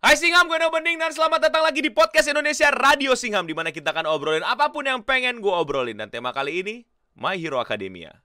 Hai Singham, gue No Bening dan selamat datang lagi di podcast Indonesia Radio Singham, di mana kita akan obrolin apapun yang pengen gue obrolin. Dan tema kali ini, My Hero Academia.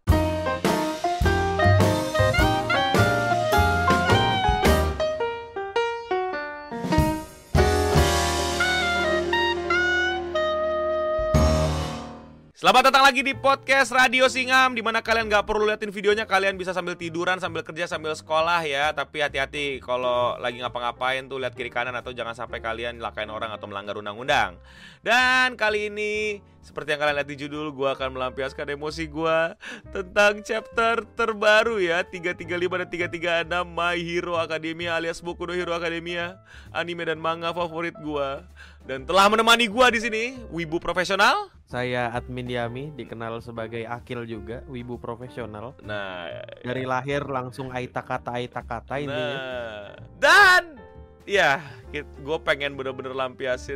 Selamat datang lagi di podcast Radio Singham, di mana kalian gak perlu liatin videonya, kalian bisa sambil tiduran, sambil kerja, sambil sekolah ya. Tapi hati-hati kalau lagi ngapa-ngapain tuh lihat kiri kanan atau jangan sampai kalian nyelakain orang atau melanggar undang-undang. Dan kali ini, seperti yang kalian lihat di judul, gue akan melampiaskan emosi gue tentang chapter terbaru ya, 335 dan 336 My Hero Academia alias Boku no Hero Academia, anime dan manga favorit gue. Dan telah menemani gue di sini, wibu profesional. Saya Admin Yami, dikenal sebagai Akil juga, wibu profesional. Nah, dari lahir langsung aita kata ini. Nah, dan ya, gue pengen bener-bener lampiasin.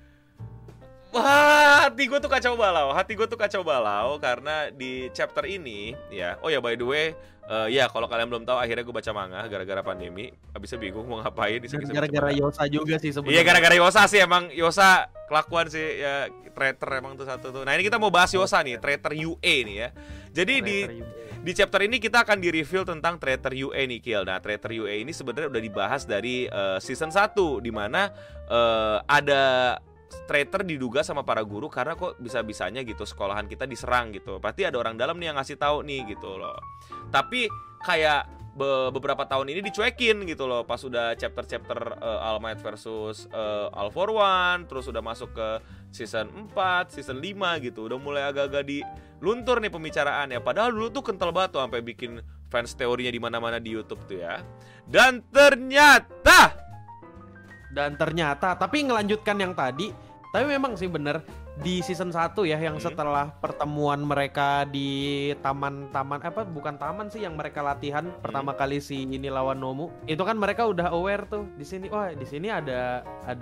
Wah, hati gue tuh kacau balau karena di chapter ini ya. Oh ya, by the way, ya kalau kalian belum tahu, akhirnya gue baca manga gara-gara pandemi. Abisnya bingung mau ngapain di sini. Gara-gara Yosa juga sih sebenarnya. Iya, gara-gara Yosa sih, emang Yosa kelakuan sih ya, traitor emang tuh satu tuh. Nah, ini kita mau bahas Yosa nih, traitor UA nih ya. Jadi di chapter ini kita akan di-reveal tentang traitor UA nih, Kiel. Nah, traitor UA ini sebenarnya udah dibahas dari season 1, di mana ada traitor diduga sama para guru karena kok bisa-bisanya gitu sekolahan kita diserang gitu. Berarti ada orang dalam nih yang ngasih tahu nih gitu loh. Tapi kayak beberapa tahun ini dicuekin gitu loh. Pas udah chapter-chapter All Might versus All for One, terus udah masuk ke season 4, season 5 gitu. Udah mulai agak-agak diluntur nih pembicaraannya. Padahal dulu tuh kental banget tuh sampai bikin fans teorinya di mana-mana di YouTube tuh ya. Dan ternyata tapi ngelanjutkan yang tadi, tapi memang sih bener di season 1 ya, yang setelah pertemuan mereka di taman bukan taman sih, yang mereka latihan pertama kali si ini lawan Nomu. Itu kan mereka udah aware tuh di sini, wah di sini ada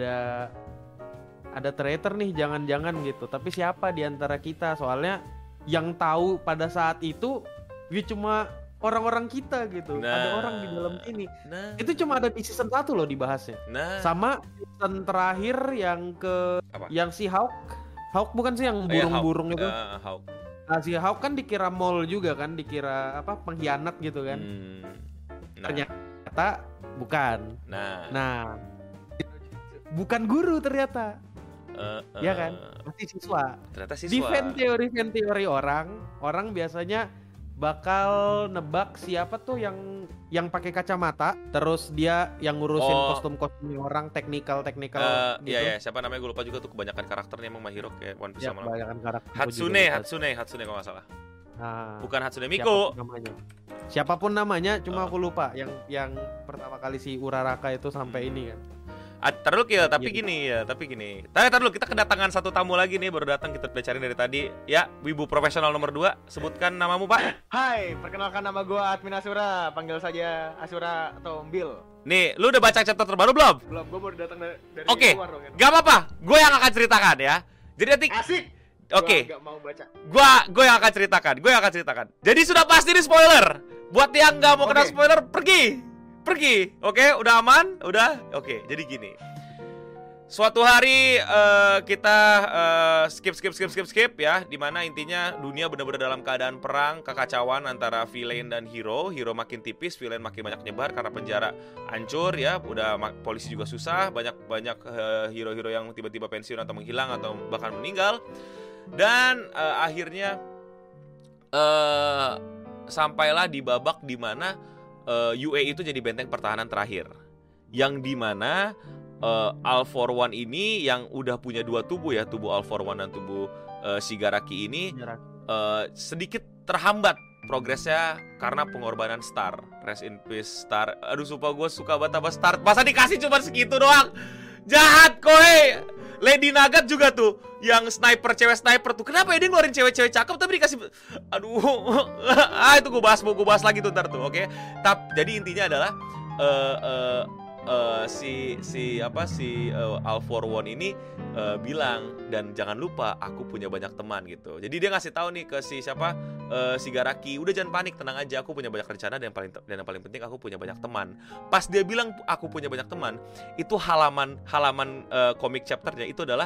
traitor nih, jangan-jangan gitu. Tapi siapa di antara kita? Soalnya yang tahu pada saat itu ya cuma orang-orang kita gitu. Ada orang di dalam sini. Itu cuma ada di season 1 loh dibahasnya. Sama season terakhir yang yang si Hawk bukan sih, yang burung-burung itu. Hawk. Nah, si Hawk kan dikira mole juga kan, dikira pengkhianat gitu kan. Ternyata bukan. Nah, bukan guru ternyata. Ya kan? Masih siswa. Ternyata siswa. Di fan teori orang biasanya bakal nebak siapa tuh yang pakai kacamata, terus dia yang ngurusin kostum-kostum orang, teknikal gitu. Iya, siapa namanya gue lupa juga tuh, kebanyakan karakternya emang My Hero kayak One Piece sama. Kebanyakan karakter. Hatsune kalau nggak salah. Nah, bukan Hatsune Miku. Siapapun namanya, cuma aku lupa yang pertama kali si Uraraka itu sampai ini kan. Taruh Kiel, tapi gini. Taruh kita kedatangan satu tamu lagi nih, baru datang, kita udah cari dari tadi. Ya, wibu profesional nomor 2, sebutkan namamu, Pak. Hai, perkenalkan nama gue Admin Asura, panggil saja Asura atau Bill. Nih, lu udah baca chapter terbaru belum? Belum, gue baru datang dari Oke, luar dong. gak apa-apa, gue yang akan ceritakan ya. Jadi nanti asik. Oke. Gak mau baca. Gue yang akan ceritakan. Jadi sudah pasti nih spoiler. Buat yang gak mau kena spoiler, pergi. Oke, udah aman? Udah? Oke, jadi gini. Suatu hari kita skip ya, dimana intinya dunia benar-benar dalam keadaan perang, kekacauan antara villain dan hero. Hero makin tipis, villain makin banyak nyebar karena penjara hancur ya. Udah polisi juga susah, banyak hero-hero yang tiba-tiba pensiun atau menghilang atau bahkan meninggal. Dan akhirnya sampailah di babak dimana UA itu jadi benteng pertahanan terakhir, yang dimana All for One ini yang udah punya 2 tubuh ya, tubuh All for One dan tubuh Shigaraki ini sedikit terhambat progresnya karena pengorbanan Star. Rest in peace Star. Aduh, gue suka banget sama Star. Masa dikasih cuma segitu doang? Jahat kowe. Lady Nagat juga tuh, yang cewek sniper tuh. Kenapa ya dia ngeluarin cewek-cewek cakep tapi dikasih, aduh. Itu gue bahas lagi tuh ntar tuh, oke? Jadi intinya adalah All For One ini bilang, dan jangan lupa aku punya banyak teman gitu. Jadi dia ngasih tahu nih ke si Garaki, udah jangan panik, tenang aja, aku punya banyak rencana, dan yang paling penting aku punya banyak teman. Pas dia bilang aku punya banyak teman, itu halaman komik chapternya itu adalah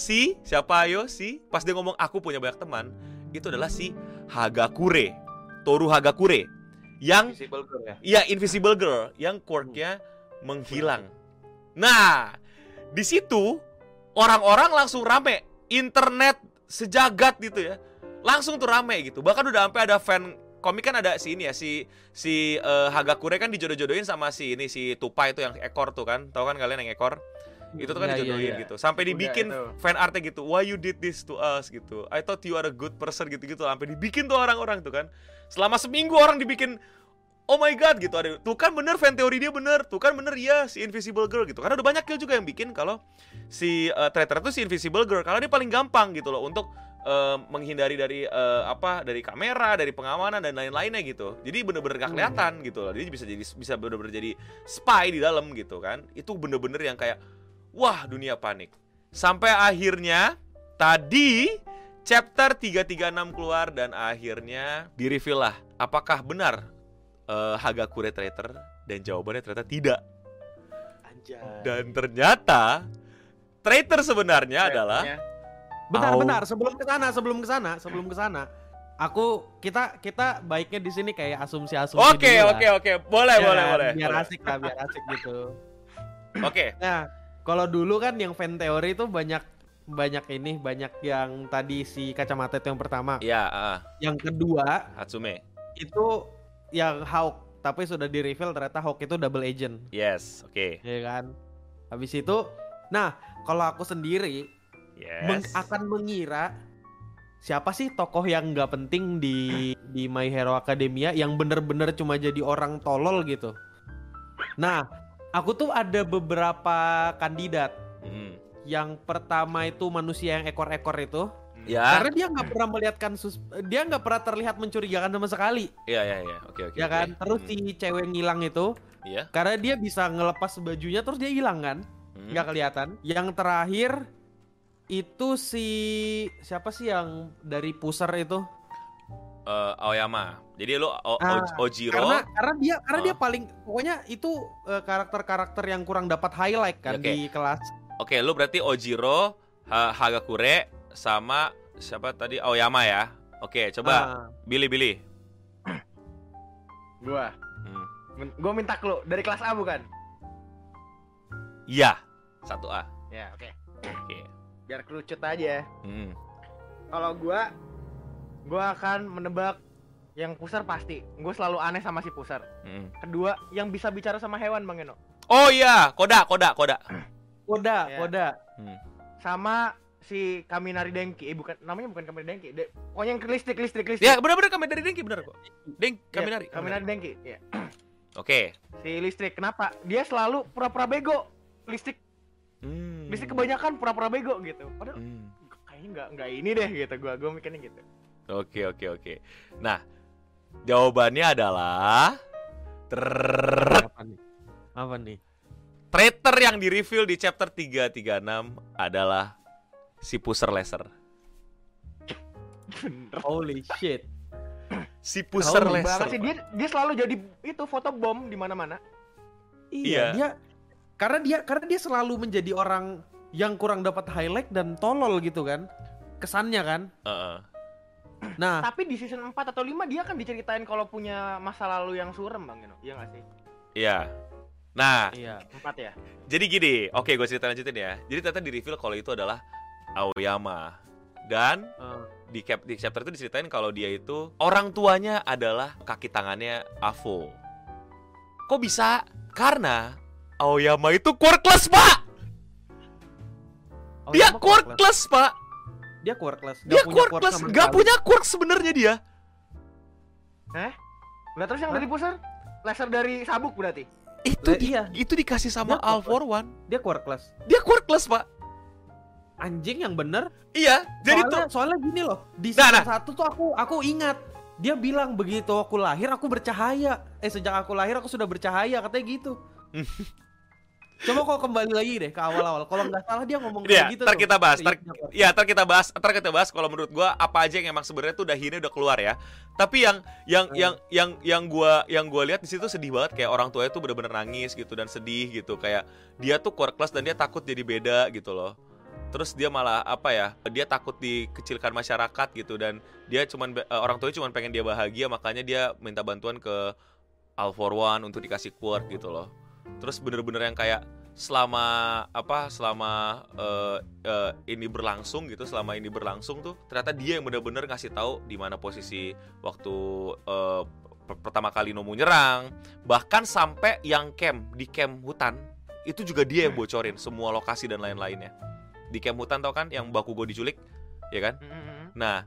pas dia ngomong aku punya banyak teman, itu adalah si Hagakure, Toru Hagakure, yang Invisible Girl ya. iya, Invisible Girl yang quirk-nya menghilang. Nah, di situ orang-orang langsung rame, internet sejagat gitu ya, langsung tuh rame gitu. Bahkan udah sampai ada fan komik, kan ada si ini ya, si Hagakure kan dijodoh-jodohin sama si Tupai itu yang ekor tuh kan, tahu kan kalian yang ekor? Itu tuh kan dijodohin gitu. Sampai dibikin fan artnya gitu. Why you did this to us gitu. I thought you are a good person gitu-gitu. Sampai dibikin tuh orang-orang tuh kan. Selama seminggu orang dibikin, oh my god gitu. Ada tuh kan bener, fan teori dia bener. Tuh kan bener ya si Invisible Girl gitu. Karena udah banyak kill juga yang bikin kalau si traitor itu si Invisible Girl, karena dia paling gampang gitu loh untuk menghindari dari dari kamera, dari pengamanan dan lain-lainnya gitu. Jadi bener-bener gak kelihatan gitu loh. Jadi bisa bener-bener jadi spy di dalam gitu kan. Itu bener-bener yang kayak wah, dunia panik. Sampai akhirnya tadi chapter 336 keluar dan akhirnya di-reveal lah apakah benar Hagakure traitor, dan jawabannya ternyata tidak. Anjay. Dan ternyata traitor sebenarnya adalah Benar, sebelum ke sana. Kita baiknya di sini kayak asumsi-asumsi Oke. Boleh. Biar asik gitu. Oke. Nah, kalau dulu kan yang fan teori itu banyak yang tadi si kacamata itu yang pertama. Iya, Yang kedua Hatsume. itu yang Hawk, tapi sudah di-reveal ternyata Hawk itu double agent. Yes, oke. Ya kan? Habis itu, nah, kalau aku sendiri akan mengira siapa sih tokoh yang nggak penting di My Hero Academia yang bener-bener cuma jadi orang tolol gitu. Nah, aku tuh ada beberapa kandidat. Yang pertama itu manusia yang ekor-ekor itu. Ya. Karena dia nggak pernah melihatkan dia nggak pernah terlihat mencurigakan sama sekali. Iya. Oke. Ya kan? Terus si cewek ngilang itu. Iya. Karena dia bisa ngelepas bajunya terus dia hilang kan? Nggak kelihatan. Yang terakhir itu siapa sih yang dari pusar itu? Aoyama. Jadi lu Ojiro. Karena dia paling, pokoknya itu karakter-karakter yang kurang dapat highlight kan di kelas. Oke, lu berarti Ojiro, Hagakure sama siapa tadi, Aoyama ya. Oke, coba Billy. Gua minta clue dari kelas A bukan? Iya, 1A. Ya, oke. Oke. Biar kerucut aja. Kalau gua akan menebak yang pusar pasti. Gue selalu aneh sama si pusar. Kedua, yang bisa bicara sama hewan, Bang Eno. Oh iya, Koda. Sama si Kaminari Denki. Namanya bukan Kaminari Denki. Pokoknya yang listrik. Ya, benar-benar Kaminari Denki, benar kok. Kaminari Denki. Ya. Oke. Si listrik, kenapa? Dia selalu pura-pura bego. Listrik kebanyakan pura-pura bego gitu. Padahal kayaknya nggak ini deh gitu. Gue mikirnya gitu. Oke. Nah, jawabannya adalah Apa nih? Traitor yang di-reveal di chapter 336 adalah si Pusar Laser. Holy shit. Si Pusar Oh, Laser. sih, dia selalu jadi itu foto bom di mana-mana. Iya. Karena dia selalu menjadi orang yang kurang dapat highlight dan tolol gitu kan. Kesannya kan. Nah, tapi di season 4 atau 5 dia kan diceritain kalau punya masa lalu yang suram, Bang Eno. Iya enggak sih? Iya. Nah, 4 ya. Jadi gini, oke, gue cerita lanjutin ya. Jadi ternyata di-reveal kalau itu adalah Aoyama. Dan di chapter itu diceritain kalau dia itu orang tuanya adalah kaki tangannya Avo. Kok bisa? Karena Aoyama itu quirkless, Pak. Dia quirkless, Pak. Dia quirkless. Gak punya quirk sebenarnya dia. Lah terus yang dari pusar? Laser dari sabuk berarti? Itu dikasih sama All For One. Dia quirkless, Pak. Anjing yang bener. Iya, jadi soalnya gini loh. Di season 1 tuh aku ingat dia bilang begitu aku lahir aku bercahaya. Sejak aku lahir aku sudah bercahaya, katanya gitu. Coba kok kembali lagi deh ke awal-awal. Kalau nggak salah dia ngomong kayak gitu. Ntar kita bahas. Ntar kita bahas. Kalau menurut gua apa aja yang emang sebenarnya tuh hinnya udah keluar ya. Tapi yang gua lihat di situ sedih banget, kayak orang tuanya tuh bener-bener nangis gitu dan sedih gitu, kayak dia tuh quirkless dan dia takut jadi beda gitu loh. Terus dia malah dia takut dikecilkan masyarakat gitu, dan dia orang tuanya cuman pengen dia bahagia, makanya dia minta bantuan ke All for One untuk dikasih quirk gitu loh. Terus bener-bener yang kayak selama ini berlangsung tuh ternyata dia yang bener-bener ngasih tahu di mana posisi waktu pertama kali Nomu nyerang, bahkan sampai yang di camp hutan itu juga dia yang bocorin semua lokasi dan lain-lainnya. Di camp hutan tau kan yang Bakugo diculik, ya kan? Nah,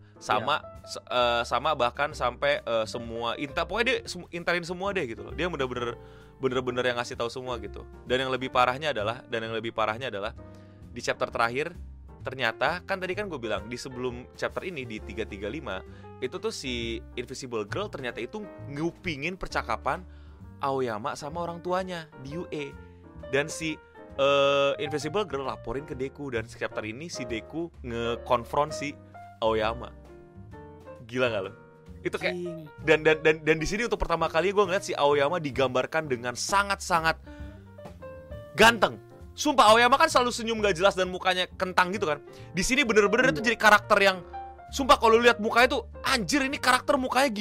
sama bahkan sampai semua pokoknya dia intarin semua deh gitu loh. Dia bener-bener yang ngasih tahu semua gitu. Dan yang lebih parahnya adalah di chapter terakhir ternyata kan tadi kan gue bilang di sebelum chapter ini di 335 itu tuh si Invisible Girl ternyata itu ngupingin percakapan Aoyama sama orang tuanya di UE. Dan si Invisible Girl laporin ke Deku, dan chapter ini si Deku nge-confront si Aoyama. Gila gak lo? Itu kayak dan di sini untuk pertama kali gue ngeliat si Aoyama digambarkan dengan sangat-sangat ganteng. Sumpah Aoyama kan selalu senyum gak jelas dan mukanya kentang gitu kan. Di sini bener-bener itu jadi karakter yang sumpah kalau lihat mukanya tuh anjir, ini karakter mukanya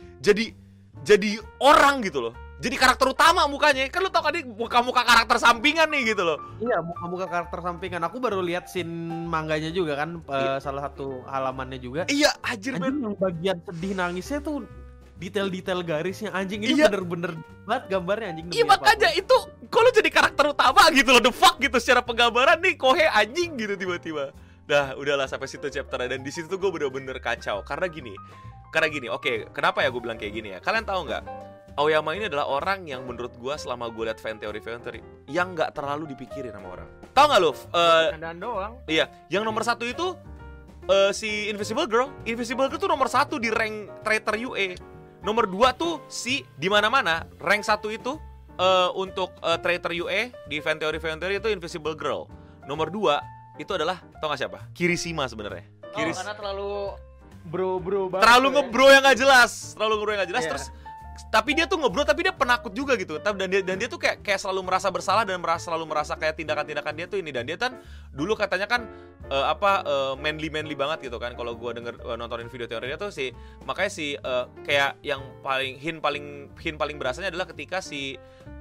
jadi orang gitu loh. Jadi karakter utama mukanya. Kan lu tau kan ini muka-muka karakter sampingan nih gitu loh. Iya, muka-muka karakter sampingan. Aku baru lihat scene mangganya juga kan, salah satu halamannya juga. Iya, anjir yang bagian sedih nangisnya tuh detail-detail garisnya anjing ini bener-bener banget gambarnya anjing. Iya makanya itu kalau jadi karakter utama gitu loh, the fuck gitu secara penggambaran nih Kohe anjing gitu tiba-tiba. Dah, udahlah sampai situ chapternya, dan di situ tuh gue bener-bener kacau karena gini. Oke, kenapa ya gue bilang kayak gini ya? Kalian tahu nggak? Aoyama ini adalah orang yang menurut gue selama gue liat fan teori yang nggak terlalu dipikirin sama orang. Tahu nggak lo? Dan doang. Iya, yang nomor 1 itu si Invisible Girl. Invisible Girl tuh nomor 1 di rank traitor UE. Nomor 2 tuh si di mana-mana rank 1 itu untuk traitor UE di fan teori itu Invisible Girl. Nomor 2 itu adalah tau gak siapa? Kirishima sebenarnya. Karena terlalu bro banget. Terlalu ngebro yang gak jelas. Yeah. Terus tapi dia tuh ngebro tapi dia penakut juga gitu. Dan dia tuh kayak selalu merasa bersalah dan selalu merasa kayak tindakan-tindakan dia tuh ini. Dan dia kan dulu katanya kan manly banget gitu kan. Kalau gue nontonin video teorinya tuh makanya kayak yang paling berasanya adalah ketika si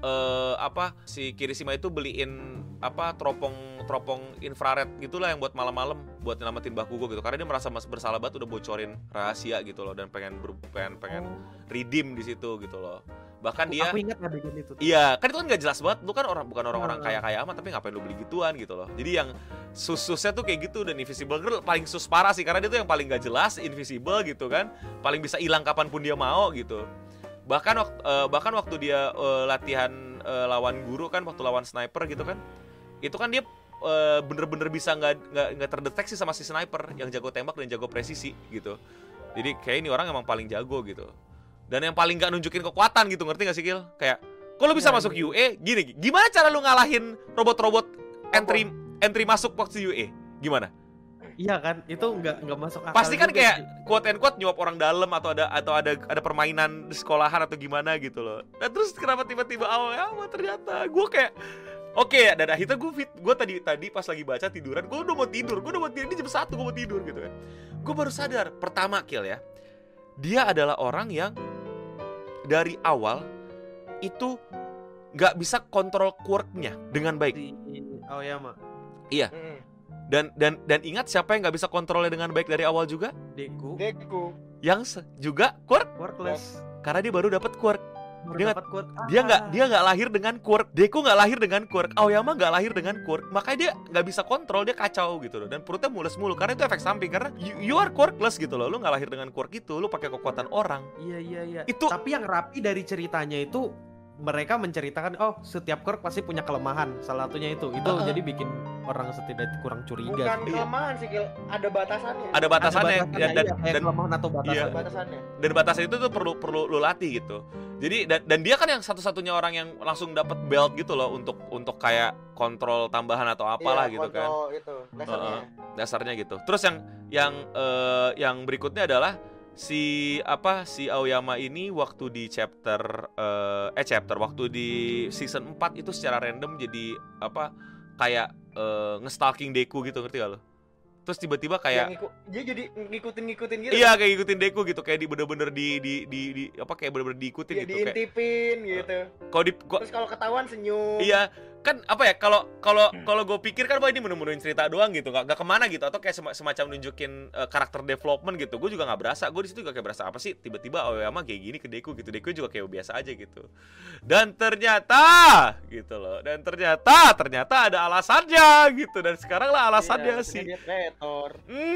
Kirishima itu beliin teropong infrared gitulah yang buat malam-malam buat nyelamatin Bakugo gitu. Karena dia merasa bersalah banget udah bocorin rahasia gitu loh, dan pengen redeem di situ gitu loh. Bahkan dia aku ingat adegan itu. Iya, kan itu kan enggak jelas banget. Lu kan bukan orang-orang kaya-kaya amat, tapi ngapain lu beli gituan gitu loh. Jadi yang susnya tuh kayak gitu. Dan Invisible Girl paling sus parah sih, karena dia tuh yang paling gak jelas, invisible gitu kan. Paling bisa hilang kapanpun dia mau gitu. Bahkan waktu dia latihan lawan guru kan, waktu lawan sniper gitu kan, itu kan dia bener-bener bisa nggak terdeteksi sama si sniper yang jago tembak dan jago presisi gitu. Jadi kayak ini orang emang paling jago gitu. Dan yang paling gak nunjukin kekuatan gitu, ngerti gak sih Gil? Kayak kok lu bisa masuk UE gini, gimana cara lu ngalahin robot-robot entry masuk waktu UE? Gimana? Iya kan, itu nggak masuk akal. Pasti kan kayak quote and quote nyuap orang dalam atau ada permainan di sekolahan atau gimana gitu loh. Dan terus kenapa tiba-tiba awal ternyata gue kayak oke, dan akhirnya gue tadi pas lagi baca tiduran, gue udah mau tidur, ini jam 1 gue mau tidur gitu kan. Gue baru sadar, pertama Kill ya, dia adalah orang yang dari awal itu nggak bisa kontrol quirk-nya dengan baik. Aoyama. Iya. Dan ingat siapa yang nggak bisa kontrolnya dengan baik dari awal juga? Deku. Yang juga quirkless. Karena dia baru dapat quirk. Dia nggak lahir dengan quirk. Deku nggak lahir dengan quirk. Aoyama nggak lahir dengan quirk. Makanya dia nggak bisa kontrol, dia kacau gitu loh. Dan perutnya mules mulu karena itu efek samping. Karena you are quirkless gitu loh. Lu nggak lahir dengan quirk itu, lu pakai kekuatan orang. Iya. Tapi yang rapi dari ceritanya itu, mereka menceritakan setiap quirk pasti punya kelemahan. Salah satunya itu jadi bikin orang setidaknya kurang curiga. Bukan kelemahan sih, Gil. Ada batasannya. Ada batasannya dan kelemahan atau batasan. Batasannya. Dan batasan itu tuh perlu lu latih gitu. Jadi dan dia kan yang satu-satunya orang yang langsung dapat belt gitu loh untuk kayak kontrol tambahan atau apalah gitu kan. Itu dasarnya gitu. Terus yang berikutnya adalah si Aoyama ini waktu di waktu di season 4 itu secara random jadi kayak nge-stalking Deku gitu, ngerti gak lo? Terus tiba-tiba kayak dia jadi ngikutin gitu. Iya, kayak ngikutin Deku gitu, kayak bener-bener kayak bener-bener diikutin ya, gitu, diintipin gitu. Terus kalau ketahuan senyum. Iya, kan kalau gue pikir kan ini bener-bener cerita doang gitu, nggak kemana gitu, atau kayak semacam nunjukin karakter development gitu. Gue juga nggak berasa, gue di situ juga kayak berasa apa sih tiba-tiba Aoyama kayak gini ke Deku gitu. Deku juga kayak biasa aja gitu. Dan ternyata ada alasannya gitu, dan sekarang lah alasannya sih. Dia traitor.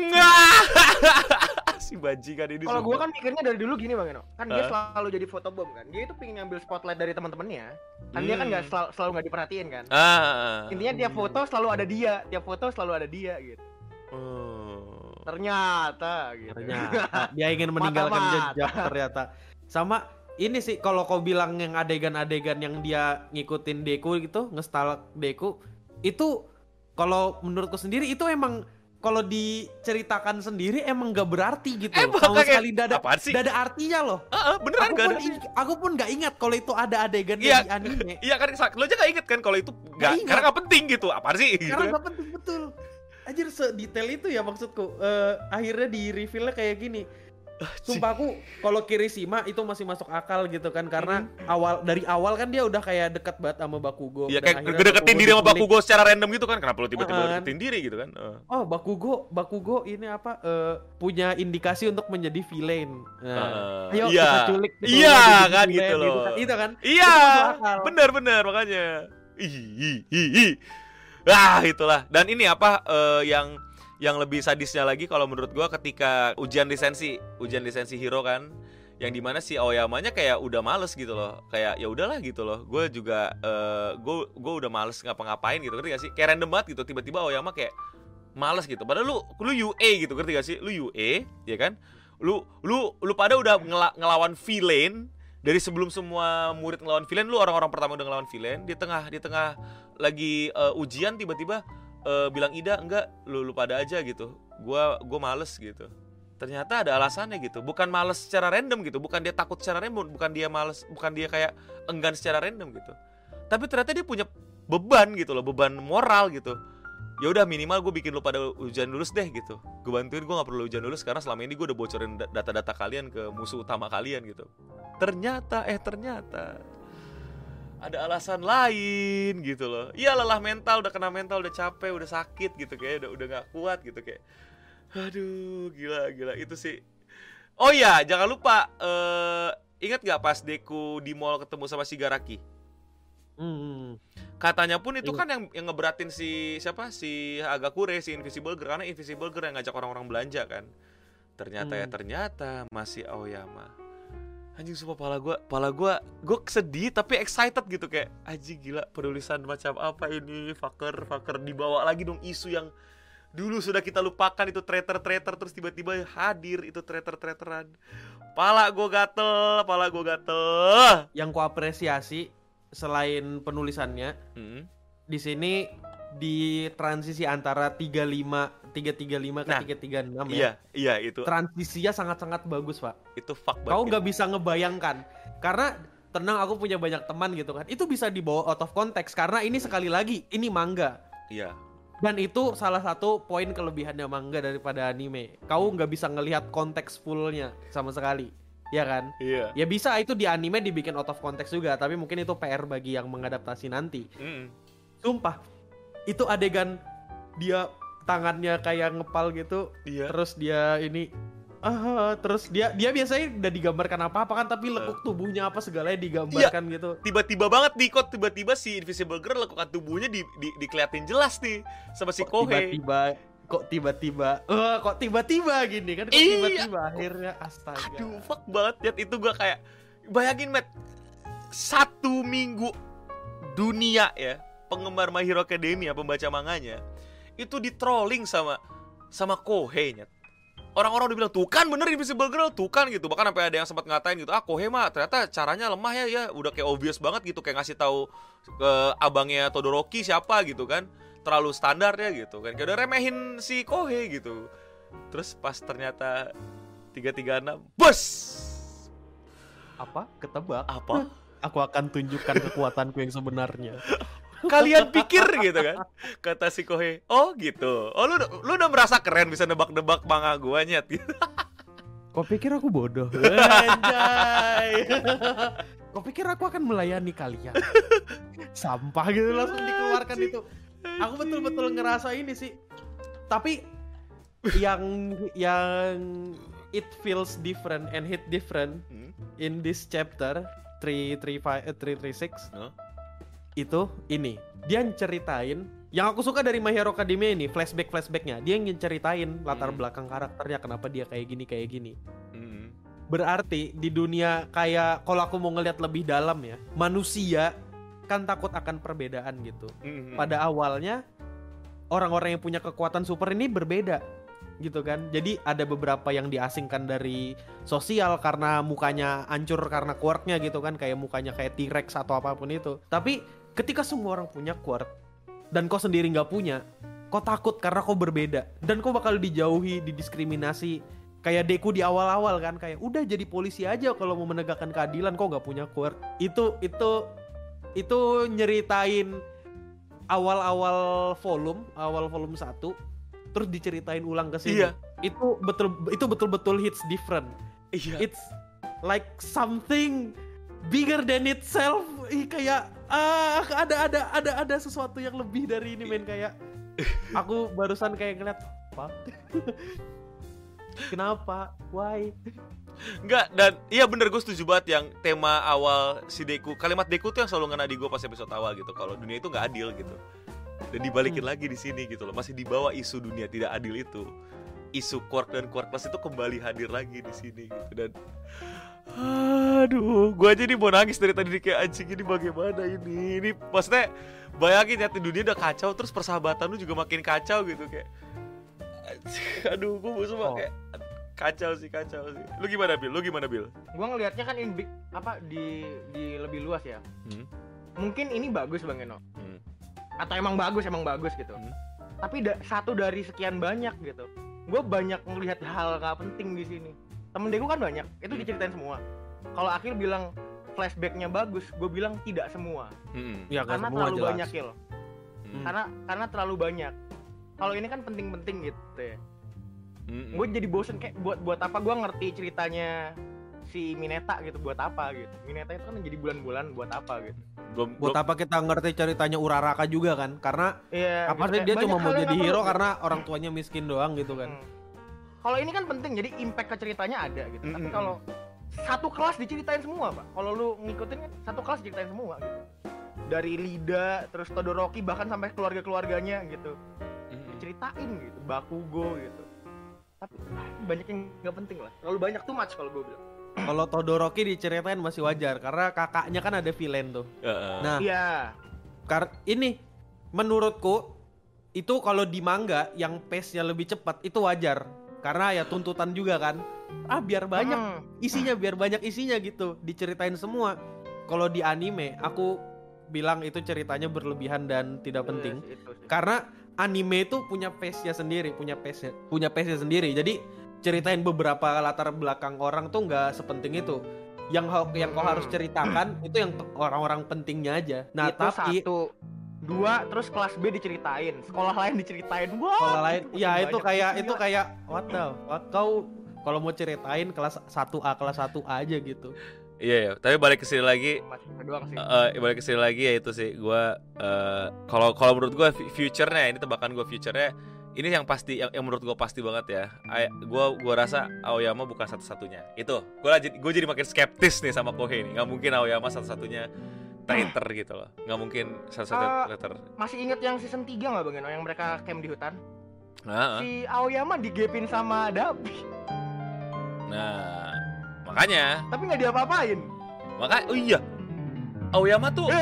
Si bajingan ini. Kalau gue kan mikirnya dari dulu gini Bang Eno, kan dia selalu jadi photobomb kan. Dia itu pengen ngambil spotlight dari teman-temannya. Kan dia kan nggak selalu nggak diperhatiin kan. Intinya tiap foto selalu ada dia gitu. Ternyata dia ingin meninggalkan jejak ternyata. Sama ini sih kalau kau bilang yang adegan-adegan yang dia ngikutin Deku gitu, ngestalk Deku, itu kalau menurutku sendiri itu emang kalau diceritakan sendiri emang gak berarti gitu. Sama sekali gak ada artinya loh. Beneran gak ada. Aku pun gak ingat kalau itu ada adegan di anime. Iya kan, lo aja gak inget kan kalau itu karena gak penting gitu. Apaan sih? Karena gak penting, betul. Anjir, sedetail itu ya maksudku. Akhirnya di reveal-nya kayak gini. Sumpah aku kalau Kirishima itu masih masuk akal gitu kan, karena dari awal kan dia udah kayak dekat banget sama Bakugo. Iya, kayak deketin diri sama Bakugo secara random gitu kan. Kenapa lo tiba-tiba deketin diri gitu kan? Oh, Bakugo ini punya indikasi untuk menjadi villain. Ayo kita culik gitu. Iya kan gitu loh. Itu kan. Iya. Bener makanya. Itulah. Dan ini yang lebih sadisnya lagi kalau menurut gue ketika ujian lisensi hero kan, yang dimana si Aoyamanya kayak udah males gitu loh, kayak ya udahlah gitu loh, gue juga gue udah males ngapa-ngapain gitu, ngerti gak sih? Kayak random banget gitu, tiba-tiba Aoyama kayak males gitu, padahal lu UA gitu, ngerti gak sih? Lu UA ya kan, lu pada udah ngelawan villain dari sebelum semua murid ngelawan villain, lu orang-orang pertama udah ngelawan villain, di tengah lagi ujian tiba-tiba bilang Ida enggak, lu pada aja gitu, gua males gitu. Ternyata ada alasannya gitu, bukan males secara random gitu, bukan dia takut secara random, bukan dia males, bukan dia kayak enggan secara random gitu, tapi ternyata dia punya beban gitu loh, beban moral gitu. Ya udah, minimal gue bikin lu pada ujian lulus deh gitu, gue bantuin, gue nggak perlu ujian lulus karena selama ini gue udah bocorin data-data kalian ke musuh utama kalian gitu. Ternyata ada alasan lain gitu loh. Iya, lelah mental, udah kena mental, udah capek, udah sakit gitu, kayak udah gak kuat gitu, kayak aduh, gila itu sih. Oh iya, jangan lupa ingat gak pas Deku di mall ketemu sama Shigaraki? Katanya pun itu kan yang ngeberatin si Hagakure, si Invisible Girl, karena Invisible Girl yang ngajak orang-orang belanja kan. Ternyata masih Aoyama. Anjing, sumpah pala gue sedih tapi excited gitu, kayak anjing gila, penulisan macam apa ini, fucker dibawa lagi dong isu yang dulu sudah kita lupakan, itu traitor terus tiba-tiba hadir itu traitor-traitoran. Pala gue gatel. Yang ku apresiasi selain penulisannya, di sini di transisi antara 335 ke 336 ya. Iya, itu. Transisinya sangat-sangat bagus, Pak. Itu fuck banget. Kau nggak bisa ngebayangkan, karena tenang, aku punya banyak teman gitu kan. Itu bisa dibawa out of context karena ini sekali lagi ini manga. Iya. Dan itu salah satu poin kelebihannya manga daripada anime. Kau nggak bisa ngelihat konteks fullnya sama sekali. Ya kan? Iya. Ya bisa itu di anime dibikin out of context juga, tapi mungkin itu PR bagi yang mengadaptasi nanti. Sumpah, itu adegan dia tangannya kayak ngepal gitu, terus dia ini terus dia biasanya udah digambarkan apa kan, tapi lekuk tubuhnya apa segalanya digambarkan gitu. Tiba-tiba banget nih, tiba-tiba si Invisible Girl lekukan tubuhnya dikeliatin jelas nih sama si Kohei. Kok tiba-tiba gini kan, tiba-tiba akhirnya astaga. Aduh, fuck banget ya itu. Gue kayak bayangin, Matt, 1 minggu dunia ya penggemar My Hero Academia, pembaca manganya itu di trolling sama Kohei, Nyet. orang-orang udah bilang tuh kan bener Invisible Girl, tuh kan gitu. Bahkan sampai ada yang sempat ngatain gitu, Kohei mah ternyata caranya lemah ya, udah kayak obvious banget gitu, kayak ngasih tahu ke abangnya Todoroki siapa gitu kan. Terlalu standar ya gitu kan. Kayak udah remehin si Kohei gitu. Terus pas ternyata 336, bus. Apa? Ketebak. Apa? Aku akan tunjukkan kekuatanku yang sebenarnya. Kalian pikir gitu kan? Kata si Kohei, oh gitu. Oh lu udah merasa keren bisa nebak-nebak manga gua nyet gitu. Kau pikir aku bodoh? Anjay. Kau pikir aku akan melayani kalian? Sampah gitu langsung dikeluarkan itu. Aku betul-betul ngerasa ini sih. Tapi yang it feels different and hit different in this chapter 336 itu ini dia ceritain yang aku suka dari My Hero Academia ini flashbacknya dia yang ceritain latar belakang karakternya kenapa dia kayak gini berarti di dunia kayak kalau aku mau ngelihat lebih dalam ya manusia kan takut akan perbedaan gitu pada awalnya orang-orang yang punya kekuatan super ini berbeda gitu kan. Jadi ada beberapa yang diasingkan dari sosial karena mukanya hancur karena quirk-nya gitu kan, kayak mukanya kayak T-Rex atau apapun itu. Tapi ketika semua orang punya quirk dan kau sendiri nggak punya, kau takut karena kau berbeda dan kau bakal dijauhi, didiskriminasi. Kayak Deku di awal-awal kan, kayak udah jadi polisi aja kalau mau menegakkan keadilan, kau nggak punya quirk. Itu nyeritain awal volume 1 terus diceritain ulang ke sini. Iya. Itu betul-betul hits different. Iya. It's like something bigger than itself. Kayak ada sesuatu yang lebih dari ini men, kayak aku barusan kayak ngeliat apa? Kenapa? Why? Enggak, dan iya bener gue setuju banget yang tema awal si Deku. Kalimat Deku tuh yang selalu ngena di gue pas episode awal gitu. Kalau dunia itu nggak adil gitu. Dan dibalikin lagi di sini gitu loh. Masih dibawa isu dunia tidak adil itu. Isu quirk dan quirkless itu kembali hadir lagi di sini gitu. Dan aduh, gue aja nih mau nangis dari tadi kayak anjing ini bagaimana ini. Ini maksudnya bayangin ya dunia udah kacau terus persahabatan lu juga makin kacau gitu kayak. Aduh, gue semua kayak kacau sih. Lu gimana Bil? Gue ngelihatnya kan ini di lebih luas ya. Mungkin ini bagus Bang Eno. Atau emang bagus gitu. Tapi satu dari sekian banyak gitu. Gue banyak ngelihat hal gak penting di sini. Temen Deku kan banyak, itu diceritain semua. Kalau Akil bilang flashbacknya bagus, gue bilang tidak semua. Ya, karena semua terlalu jelas. banyak Kil. Karena terlalu banyak. Kalau ini kan penting-penting gitu ya. Gue jadi bosen kayak buat apa gue ngerti ceritanya si Mineta gitu, buat apa gitu. Mineta itu kan jadi bulan-bulan buat apa gitu. Buat apa kita ngerti ceritanya Uraraka juga kan? Karena apa sih gitu. dia cuma mau jadi hero karena orang tuanya miskin doang gitu kan. Kalau ini kan penting, jadi impact ke ceritanya ada gitu. Tapi kalau satu kelas diceritain semua, Pak. Kalau lu ngikutin kan satu kelas diceritain semua gitu. Dari Lida, terus Todoroki, bahkan sampai keluarga-keluarganya gitu. Diceritain gitu, Bakugo gitu. Tapi banyak yang nggak penting lah. Terlalu banyak too much kalau gue bilang. Kalau Todoroki diceritain masih wajar karena kakaknya kan ada villain tuh. Nah, iya. Ini menurutku itu kalau di manga yang pace-nya lebih cepat itu wajar. Karena ya tuntutan juga kan. Biar banyak isinya gitu, diceritain semua. Kalau di anime aku bilang itu ceritanya berlebihan dan tidak penting. Karena anime itu punya pace-nya sendiri, punya pace-nya sendiri. Jadi ceritain beberapa latar belakang orang tuh nggak sepenting itu. Yang kau harus ceritakan itu yang orang-orang pentingnya aja. Nah, itu tapi 1, 2, terus kelas B diceritain, sekolah lain diceritain. Sekolah lain, ya itu kayak what the fuck, kau kalau mau ceritain kelas 1A aja gitu. Iya, tapi balik ke sini lagi. Balik ke sini lagi ya itu sih gua kalau menurut gua future-nya ini tebakan gua future-nya ini yang pasti yang menurut gue pasti banget ya. Gue rasa Aoyama bukan satu-satunya. Itu gue jadi makin skeptis nih sama Kohei nih. Nggak mungkin Aoyama satu-satunya traitor gitu loh. Nggak mungkin satu-satunya traitor. Masih inget yang season 3 nggak Bang Eno yang mereka camp di hutan? Si Aoyama digepin sama Dabi. Nah makanya. Tapi nggak diapa-apain. Makanya Aoyama tuh.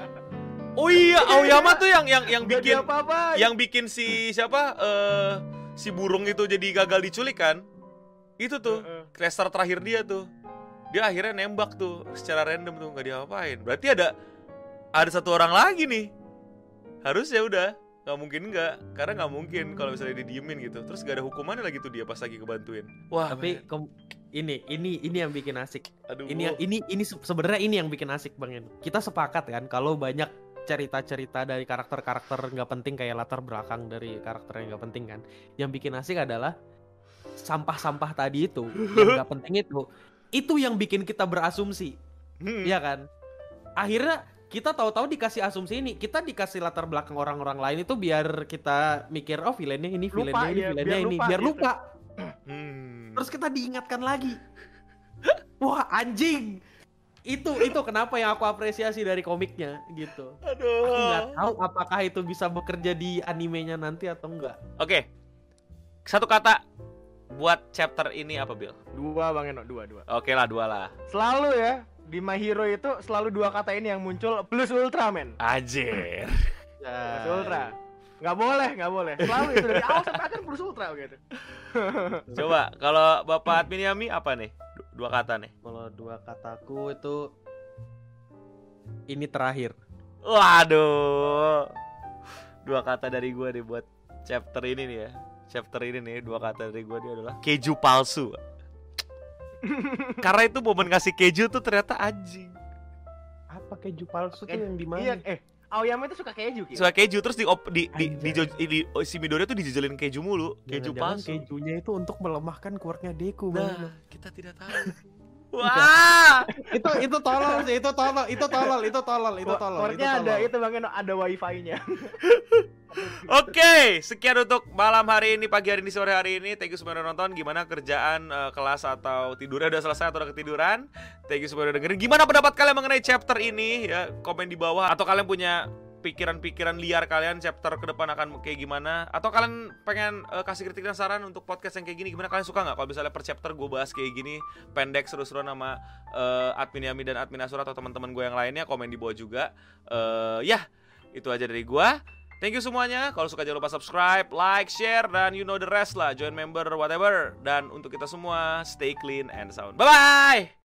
Oh iya, Aoyama tuh yang bikin si siapa si burung itu jadi gagal diculik kan. Itu tuh cluster terakhir dia tuh. Dia akhirnya nembak tuh secara random tuh, nggak diapa-apain. Berarti ada satu orang lagi nih. Harusnya udah nggak mungkin nggak, karena nggak mungkin kalau misalnya dia diemin gitu. Terus gak ada hukumannya lagi tuh dia pas lagi kebantuin. Wah, tapi ini yang bikin asik. Aduh, ini sebenarnya ini yang bikin asik Bang Eno. Kita sepakat kan kalau banyak cerita-cerita dari karakter-karakter nggak penting kayak latar belakang dari karakter yang nggak penting kan. Yang bikin asik adalah sampah-sampah tadi itu yang nggak penting itu yang bikin kita berasumsi, ya kan? Akhirnya kita tahu-tahu dikasih asumsi ini, kita dikasih latar belakang orang-orang lain itu biar kita mikir oh villainnya ini, biar lupa. Terus kita diingatkan lagi. Wah anjing. Itu kenapa yang aku apresiasi dari komiknya gitu. Aduh. Aku nggak tahu apakah itu bisa bekerja di animenya nanti atau enggak. Oke. Satu kata buat chapter ini apa, Bill? 2 Bang Eno, 2. Oke lah, 2 lah. Selalu ya di My Hero itu selalu 2 kata ini yang muncul, plus Ultraman. Anjir. Plus Ultra. Nggak boleh. Selalu itu dari awal sampai akhir plus Ultra gitu. Coba kalau Bapak Admin Yami apa nih? 2 kata nih. Kalau 2 kataku itu ini terakhir. Waduh. 2 kata dari gua nih buat chapter ini nih ya. Chapter ini nih 2 kata dari gua dia adalah keju palsu. Karena itu momen ngasih keju tuh ternyata anjing. Apa keju palsu tuh yang di mana? Iya, Aoyama itu suka keju gitu. Suka keju terus si Midoriya tuh dijejelin keju mulu, keju palsu. Kejunya itu untuk melemahkan quirk-nya Deku. Nah, kita tidak tahu. Wah, itu tolol sih, itu tolol. Quirk-nya ada itu Bang Eno, ada wifi-nya. Oke, sekian untuk malam hari ini, pagi hari ini, sore hari ini. Thank you semua udah nonton. Gimana kerjaan kelas atau tidurnya udah selesai atau udah ketiduran? Thank you semua udah dengerin. Gimana pendapat kalian mengenai chapter ini? Ya, komen di bawah. Atau kalian punya pikiran-pikiran liar kalian chapter ke depan akan kayak gimana? Atau kalian pengen kasih kritik dan saran untuk podcast yang kayak gini? Gimana, kalian suka nggak kalau misalnya per chapter gue bahas kayak gini, pendek, seru-seruan sama Admin Yami dan Admin Asura atau teman-teman gue yang lainnya? Komen di bawah juga. Ya, itu aja dari gue. Thank you semuanya. Kalau suka jangan lupa subscribe, like, share, dan you know the rest lah. Join member, whatever. Dan untuk kita semua, stay clean and sound. Bye-bye!